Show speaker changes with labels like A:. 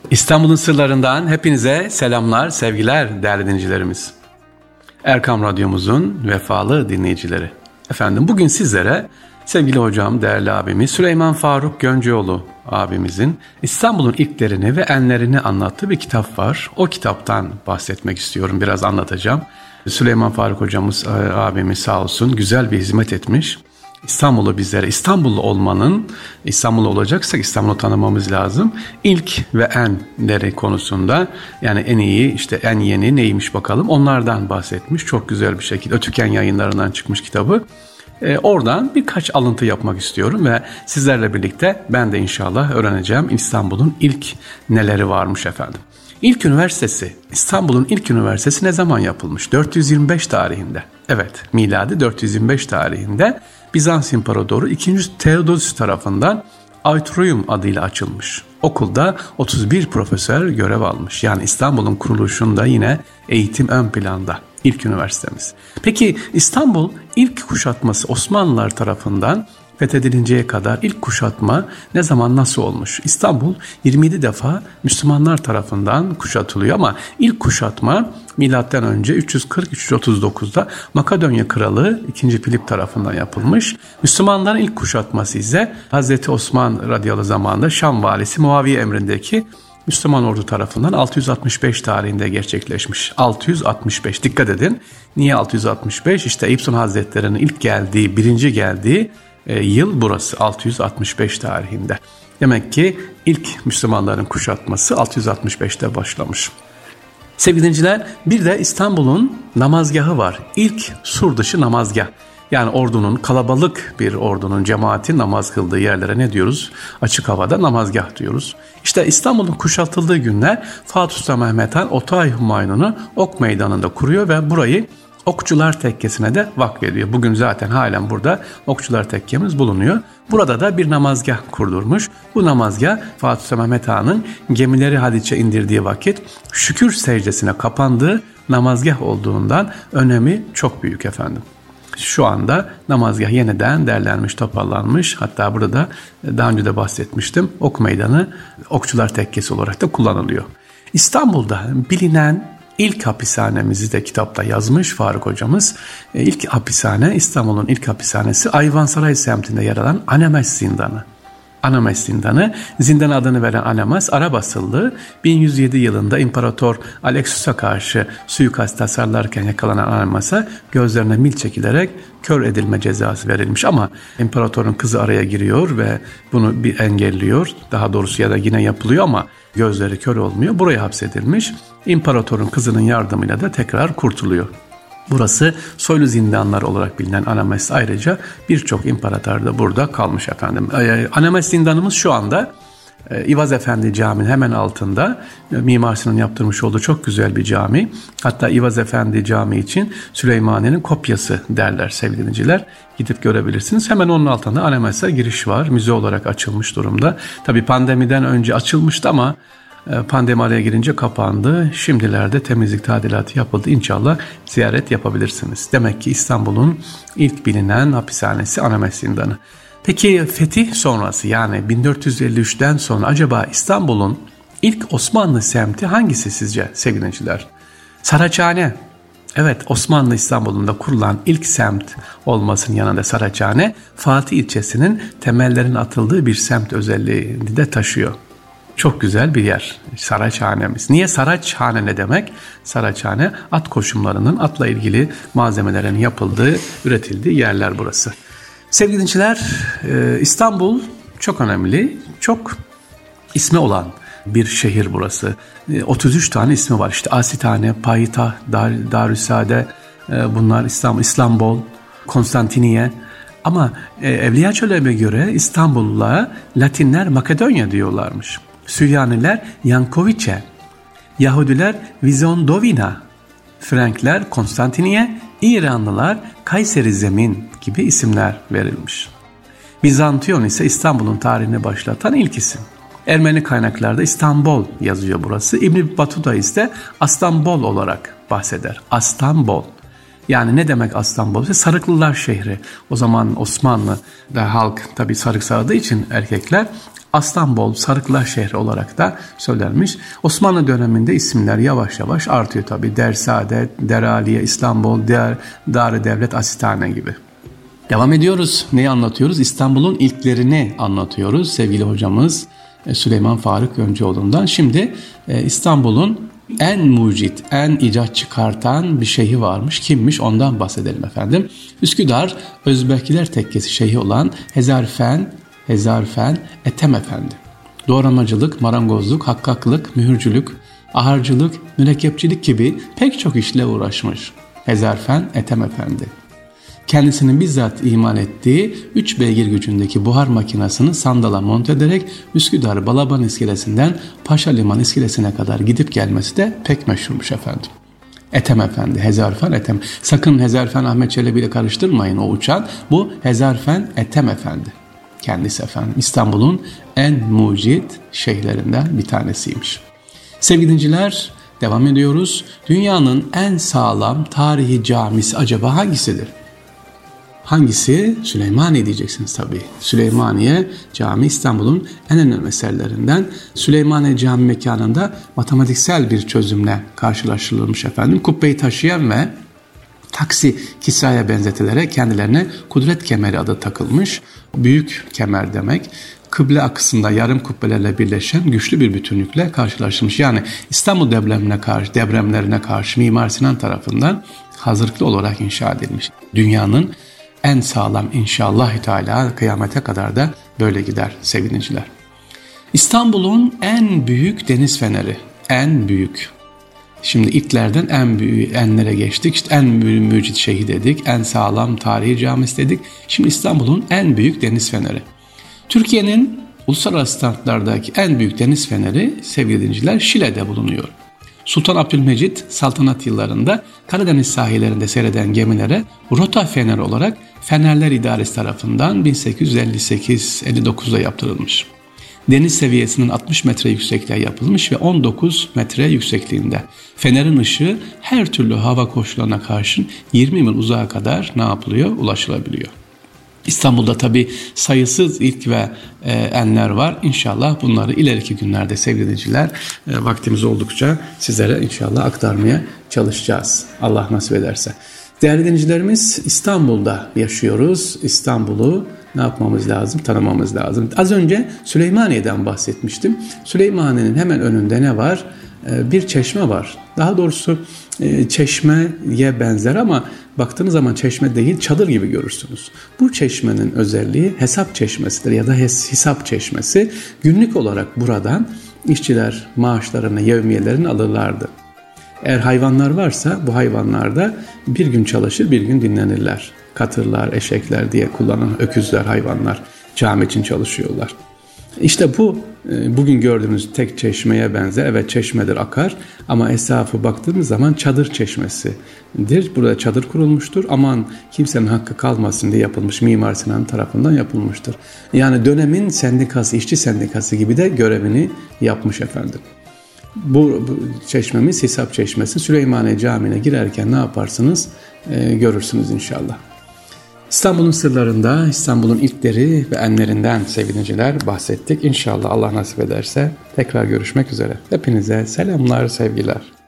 A: İstanbul'un sırlarından hepinize selamlar, sevgiler değerli dinleyicilerimiz. Erkam Radyomuzun vefalı dinleyicileri. Efendim bugün sizlere sevgili hocam, değerli abimiz Süleyman Faruk Gönceoğlu abimizin İstanbul'un ilklerini ve enlerini anlattığı bir kitap var. O kitaptan bahsetmek istiyorum, biraz anlatacağım. Süleyman Faruk hocamız, abimiz sağ olsun güzel bir hizmet etmiş. İstanbul'u bizlere, İstanbullu olmanın, İstanbullu olacaksak İstanbul'u tanımamız lazım. İlk ve enleri konusunda, yani en iyi, işte en yeni neymiş bakalım, onlardan bahsetmiş. Çok güzel bir şekilde Ötüken Yayınlarından çıkmış kitabı. Oradan birkaç alıntı yapmak istiyorum ve sizlerle birlikte ben de inşallah öğreneceğim İstanbul'un ilk neleri varmış efendim. İlk üniversitesi, İstanbul'un ilk üniversitesi ne zaman yapılmış? 425 tarihinde. Evet, miladi 425 tarihinde Bizans İmparatoru 2. Theodosius tarafından Aetorium adıyla açılmış. Okulda 31 profesör görev almış. Yani İstanbul'un kuruluşunda yine eğitim ön planda. İlk üniversitemiz. Peki İstanbul ilk kuşatması Osmanlılar tarafından fethedilinceye kadar ilk kuşatma ne zaman, nasıl olmuş? İstanbul 27 defa Müslümanlar tarafından kuşatılıyor ama ilk kuşatma milattan önce 340-339'da Makedonya Kralı 2. Filip tarafından yapılmış. Müslümanların ilk kuşatması ise Hazreti Osman radıyallahu zamanında Şam valisi Muaviye emrindeki Müslüman ordu tarafından 665 tarihinde gerçekleşmiş. 665, dikkat edin. Niye 665? İşte Eyüp Sultan Hazretleri'nin ilk geldiği, birinci geldiği yıl burası, 665 tarihinde. Demek ki ilk Müslümanların kuşatması 665'te başlamış. Sevgili dinleyiciler, bir de İstanbul'un namazgahı var. İlk sur dışı namazgah. Yani ordunun, kalabalık bir ordunun, cemaatin namaz kıldığı yerlere ne diyoruz? Açık havada namazgah diyoruz. İşte İstanbul'un kuşatıldığı günler Fatih Sultan Mehmet Han Otay Humayun'u Ok Meydanı'nda kuruyor ve burayı Okçular Tekkesi'ne de vakfediyor. Bugün zaten halen burada Okçular Tekkemiz bulunuyor. Burada da bir namazgah kurdurmuş. Bu namazgah Fatih Sultan Mehmet Han'ın gemileri Haliç'e indirdiği vakit şükür secdesine kapandığı namazgah olduğundan önemi çok büyük efendim. Şu anda namazgah yeniden derlenmiş, toparlanmış. Hatta burada daha önce de bahsetmiştim. Ok Meydanı Okçular Tekkesi olarak da kullanılıyor. İstanbul'da bilinen ilk hapishanemizi de kitapta yazmış Faruk hocamız. İlk hapishane, İstanbul'un ilk hapishanesi Ayvansaray semtinde yer alan Anemes Zindanı. Anemes Zindanı, zindan adını veren Anemes, Arabasıllı 1107 yılında İmparator Alexius'a karşı suikast tasarlarken yakalanan Anemes'e gözlerine mil çekilerek kör edilme cezası verilmiş. Ama imparatorun kızı araya giriyor ve bunu bir engelliyor. Daha doğrusu ya da yine yapılıyor ama gözleri kör olmuyor. Buraya hapsedilmiş. İmparatorun kızının yardımıyla da tekrar kurtuluyor. Burası soylu zindanlar olarak bilinen Anemes, ayrıca birçok imparator da burada kalmış efendim. Anemes zindanımız şu anda İvaz Efendi Camii'nin hemen altında, Mimar Sinan'ın yaptırmış olduğu çok güzel bir cami. Hatta İvaz Efendi Camii için Süleymaniye'nin kopyası derler sevgili dinleyiciler. Gidip görebilirsiniz. Hemen onun altında Anemes'e giriş var. Müze olarak açılmış durumda. Tabii pandemiden önce açılmıştı ama pandemi araya girince kapandı. Şimdilerde temizlik tadilatı yapıldı. İnşallah ziyaret yapabilirsiniz. Demek ki İstanbul'un ilk bilinen hapishanesi Anemes Zindanı. Peki fetih sonrası, yani 1453'ten sonra acaba İstanbul'un ilk Osmanlı semti hangisi sizce sevgili dinleyiciler? Saraçhane. Evet, Osmanlı İstanbul'unda kurulan ilk semt olmasının yanında Saraçhane, Fatih ilçesinin temellerinin atıldığı bir semt özelliğini de taşıyor. Çok güzel bir yer Saraçhane'miz. Niye Saraçhane ne demek? Saraçhane, at koşumlarının, atla ilgili malzemelerin yapıldığı, üretildiği yerler burası. Sevgili dinleyiciler, İstanbul çok önemli, çok ismi olan bir şehir burası. 33 tane ismi var. İşte Asitane, Payitaht, Darüssade, bunlar İstanbul, Konstantiniye. Ama Evliya Çelebi'ye göre İstanbul'a Latinler Makedonya diyorlarmış. Süryaniler Yankovice, Yahudiler Vizondovina, Frankler Konstantiniye, İranlılar Kayseri Zemin gibi isimler verilmiş. Bizantiyon ise İstanbul'un tarihini başlatan ilk isim. Ermeni kaynaklarda İstanbul yazıyor burası. İbn-i Battuta ise Astanbol olarak bahseder. Astanbol. Yani ne demek Aslanbolu? İşte Sarıklılar şehri. O zaman Osmanlı'da halk tabii sarık sağdığı için erkekler Aslanbol, Sarıklılar şehri olarak da söylenmiş. Osmanlı döneminde isimler yavaş yavaş artıyor tabii. Dersaadet, Deraliye, İstanbul, Dar-ı Devlet, Asistane gibi. Devam ediyoruz. Neyi anlatıyoruz? İstanbul'un ilklerini anlatıyoruz. Sevgili hocamız Süleyman Faruk Öncüoğlu'ndan. Şimdi İstanbul'un en mucit, en icat çıkartan bir şeyhi varmış. Kimmiş? Ondan bahsedelim efendim. Üsküdar Özbekiler tekkesi şeyhi olan Hezarfen Ethem Efendi. Doğramacılık, marangozluk, hakkaklık, mühürcülük, aharcılık, mürekkepçilik gibi pek çok işle uğraşmış. Hezarfen Ethem Efendi. Kendisinin bizzat imal ettiği 3 beygir gücündeki buhar makinesini sandala monte ederek Üsküdar Balaban iskelesinden Paşa Liman iskelesine kadar gidip gelmesi de pek meşhurmuş efendim. Ethem Efendi, Hezarfen Ethem. Sakın Hezarfen Ahmet Çelebi ile karıştırmayın o uçan. Bu Hezarfen Ethem Efendi. Kendisi efendim İstanbul'un en mucit şeyhlerinden bir tanesiymiş. Sevgili dinleyiciler, devam ediyoruz. Dünyanın en sağlam tarihi camisi acaba hangisidir? Hangisi? Süleymaniye diyeceksiniz tabii. Süleymaniye Camii İstanbul'un en önemli eserlerinden. Süleymaniye Cami mekanında matematiksel bir çözümle karşılaştırılmış efendim. Kubbeyi taşıyan ve taksi Kisra'ya benzetilerek kendilerine kudret kemeri adı takılmış. Büyük kemer demek. Kıble akısında yarım kubbelerle birleşen güçlü bir bütünlükle karşılaştırılmış. Yani İstanbul depremlerine karşı Mimar Sinan tarafından hazırlıklı olarak inşa edilmiş. Dünyanın en sağlam inşallah Teala kıyamete kadar da böyle gider sevgili dinleyiciler. İstanbul'un en büyük deniz feneri. En büyük. Şimdi ilklerden en büyük enlere geçtik. İşte en mücit şeyhi dedik. En sağlam tarihi camisi dedik. Şimdi İstanbul'un en büyük deniz feneri. Türkiye'nin uluslararası standartlardaki en büyük deniz feneri sevgili dinleyiciler Şile'de bulunuyor. Sultan Abdülmecit saltanat yıllarında Karadeniz sahillerinde seyreden gemilere rota feneri olarak Fenerler İdaresi tarafından 1858-59'da yaptırılmış. Deniz seviyesinin 60 metre yüksekliğe yapılmış ve 19 metre yüksekliğinde. Fenerin ışığı her türlü hava koşullarına karşın 20 mil uzağa kadar ne yapılıyor? Ulaşılabiliyor. İstanbul'da tabii sayısız ilk ve enler var. İnşallah bunları ileriki günlerde sevgili dinleyiciler vaktimiz oldukça sizlere inşallah aktarmaya çalışacağız. Allah nasip ederse. Değerli dinleyicilerimiz, İstanbul'da yaşıyoruz. İstanbul'u ne yapmamız lazım? Tanımamız lazım. Az önce Süleymaniye'den bahsetmiştim. Süleymaniye'nin hemen önünde ne var? Bir çeşme var. Daha doğrusu çeşmeye benzer ama baktığınız zaman çeşme değil, çadır gibi görürsünüz. Bu çeşmenin özelliği hesap çeşmesidir ya da hisap çeşmesi. Günlük olarak buradan işçiler maaşlarını, yevmiyelerini alırlardı. Eğer hayvanlar varsa bu hayvanlarda bir gün çalışır, bir gün dinlenirler. Katırlar, eşekler diye kullanılan öküzler, hayvanlar cami için çalışıyorlar. İşte bu bugün gördüğünüz tek çeşmeye benzer. Evet, çeşmedir, akar ama etrafı baktığımız zaman çadır çeşmesidir. Burada çadır kurulmuştur. Aman kimsenin hakkı kalmasın diye yapılmış. Mimar Sinan tarafından yapılmıştır. Yani dönemin sendikası, işçi sendikası gibi de görevini yapmış efendim. Bu çeşmemiz Hisap Çeşmesi. Süleymaniye Camii'ne girerken ne yaparsınız? Görürsünüz inşallah. İstanbul'un sırlarında, İstanbul'un ilkleri ve enlerinden sevgili dinleyiciler bahsettik. İnşallah Allah nasip ederse tekrar görüşmek üzere. Hepinize selamlar, sevgiler.